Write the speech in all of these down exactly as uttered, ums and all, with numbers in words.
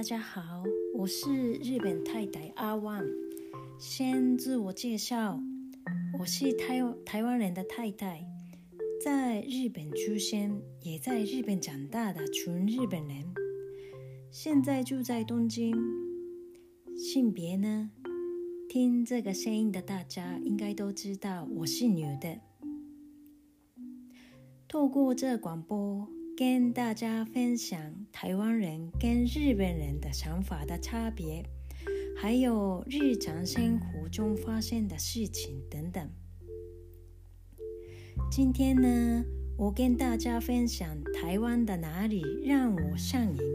大家好，我是日本太太阿万。先自我介绍，我是 台, 台湾人的太太，在日本出生，也在日本长大的纯日本人。现在住在东京。性别呢？听这个声音的大家应该都知道，我是女的。透过这广播，跟大家分享台湾人跟日本人的想法的差别，还有日常生活中发生的事情等等。今天呢，我跟大家分享台湾的哪里让我上瘾。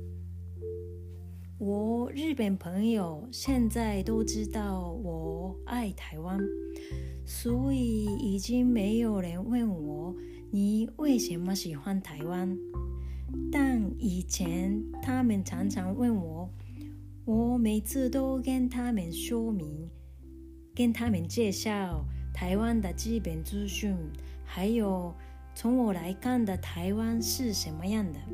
我日本朋友现在都知道我爱台湾，所以已经没有人问我你为什么喜欢台湾？但以前他们常常问我，我每次都跟他们说明，跟他们介绍台湾的基本资讯，还有从我来看的台湾是什么样的。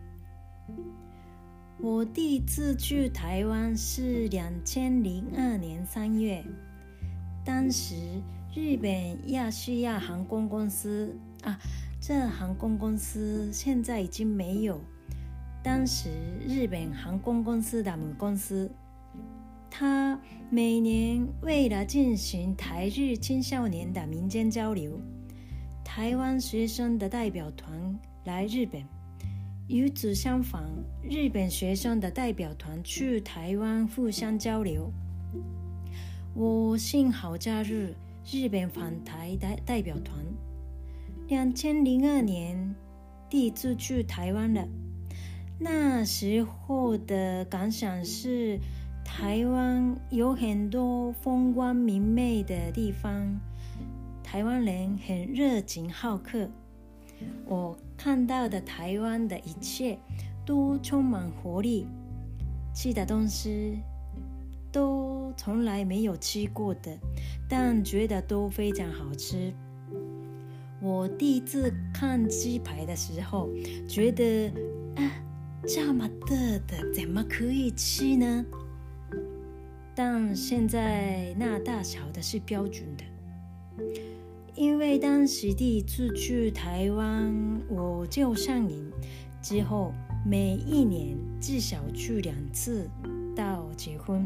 我第一次去台湾是二千零二年三月，当时日本亚细亚航空公司啊，这航空公司现在已经没有。当时日本航空公司的母公司，它每年为了进行台日青少年的民间交流，台湾学生的代表团来日本。与此相反，日本学生的代表团去台湾互相交流。我幸好加入日本访台的代表团。二千零二年第一次去台湾了，那时候的感想是，台湾有很多风光明媚的地方，台湾人很热情好客。我看到的台湾的一切都充满活力，吃的东西都从来没有吃过的，但觉得都非常好吃。我第一次看鸡排的时候，觉得啊，这么热的怎么可以吃呢？但现在那大小的是标准的。因为当时第一次去台湾，我就上瘾，之后每一年至少去两次到结婚。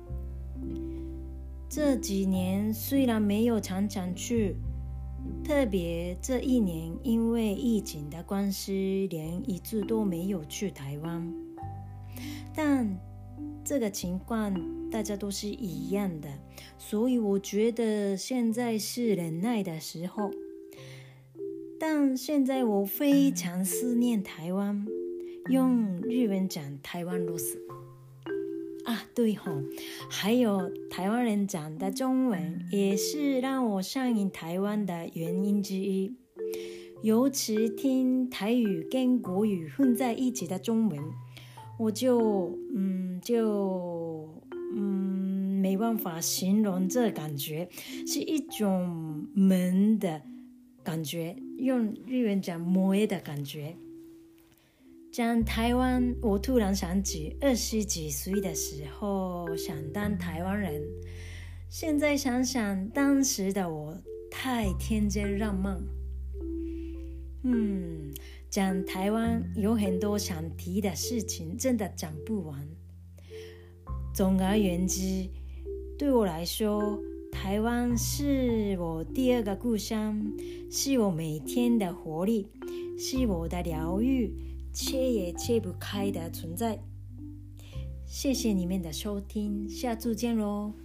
这几年虽然没有常常去，特别这一年因为疫情的关系，连一次都没有去台湾。但这个情况大家都是一样的，所以我觉得现在是忍耐的时候。但现在我非常思念台湾，用日文讲台湾ロス啊，对吼，还有台湾人讲的中文也是让我上瘾台湾的原因之一。尤其听台语跟国语混在一起的中文，我就嗯就嗯没办法形容这感觉，是一种萌的感觉，用日文讲萌的感觉。讲台湾，我突然想起二十几岁的时候想当台湾人，现在想想当时的我太天真浪漫。嗯，讲台湾有很多想提的事情，真的讲不完。总而言之，对我来说，台湾是我第二个故乡，是我每天的活力，是我的疗愈，切也切不开的存在。谢谢你们的收听，下次见咯。